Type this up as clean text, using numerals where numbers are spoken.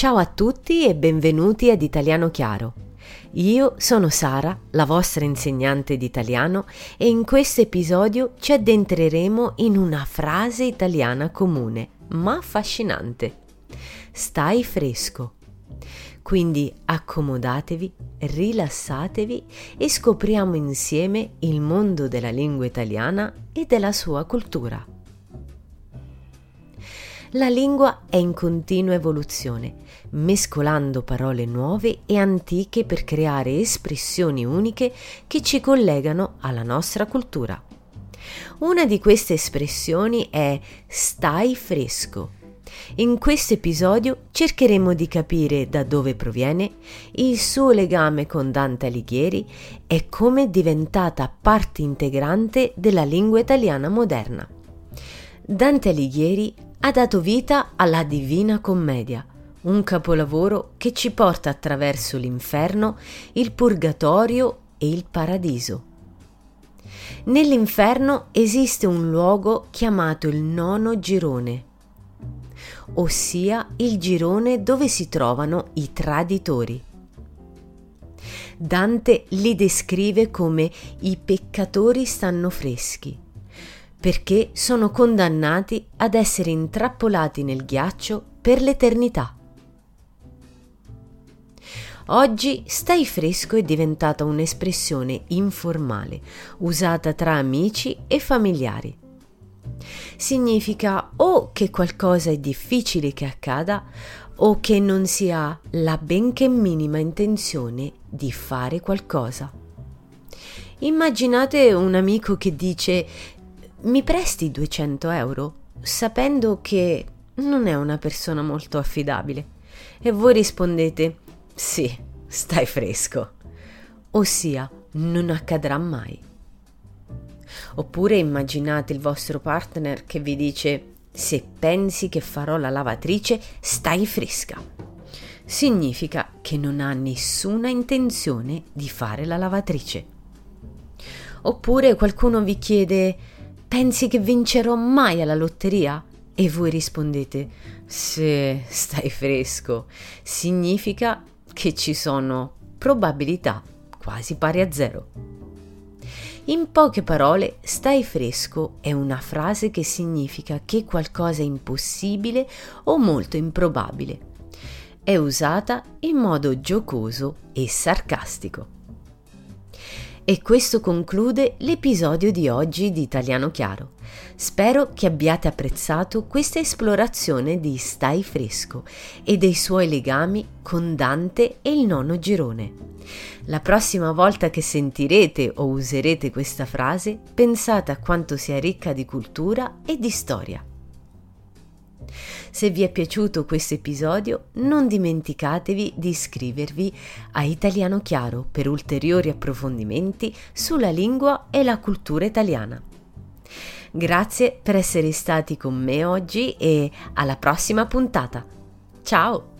Ciao a tutti e benvenuti ad Italiano Chiaro. Io sono Sara, la vostra insegnante di italiano, e in questo episodio ci addentreremo in una frase italiana comune, ma affascinante. Stai fresco. Quindi accomodatevi, rilassatevi e scopriamo insieme il mondo della lingua italiana e della sua cultura. La lingua è in continua evoluzione, mescolando parole nuove e antiche per creare espressioni uniche che ci collegano alla nostra cultura. Una di queste espressioni è stai fresco. In questo episodio cercheremo di capire da dove proviene, il suo legame con Dante Alighieri e come è diventata parte integrante della lingua italiana moderna. Dante Alighieri ha dato vita alla Divina Commedia, un capolavoro che ci porta attraverso l'inferno, il purgatorio e il paradiso. Nell'inferno esiste un luogo chiamato il nono girone, ossia il girone dove si trovano i traditori. Dante li descrive come i peccatori stanno freschi, perché sono condannati ad essere intrappolati nel ghiaccio per l'eternità. Oggi stai fresco è diventata un'espressione informale, usata tra amici e familiari. Significa o che qualcosa è difficile che accada o che non si ha la benché minima intenzione di fare qualcosa. Immaginate un amico che dice: mi presti 200 euro? Sapendo che non è una persona molto affidabile. E voi rispondete: sì, stai fresco. Ossia, non accadrà mai. Oppure immaginate il vostro partner che vi dice: se pensi che farò la lavatrice, stai fresca. Significa che non ha nessuna intenzione di fare la lavatrice. Oppure qualcuno vi chiede: pensi che vincerò mai alla lotteria? E voi rispondete: sì, stai fresco. Significa che ci sono probabilità quasi pari a zero. In poche parole, stai fresco è una frase che significa che qualcosa è impossibile o molto improbabile. È usata in modo giocoso e sarcastico. E questo conclude l'episodio di oggi di Italiano Chiaro. Spero che abbiate apprezzato questa esplorazione di Stai fresco e dei suoi legami con Dante e il nono girone. La prossima volta che sentirete o userete questa frase, pensate a quanto sia ricca di cultura e di storia. Se vi è piaciuto questo episodio, non dimenticatevi di iscrivervi a Italiano Chiaro per ulteriori approfondimenti sulla lingua e la cultura italiana. Grazie per essere stati con me oggi e alla prossima puntata. Ciao!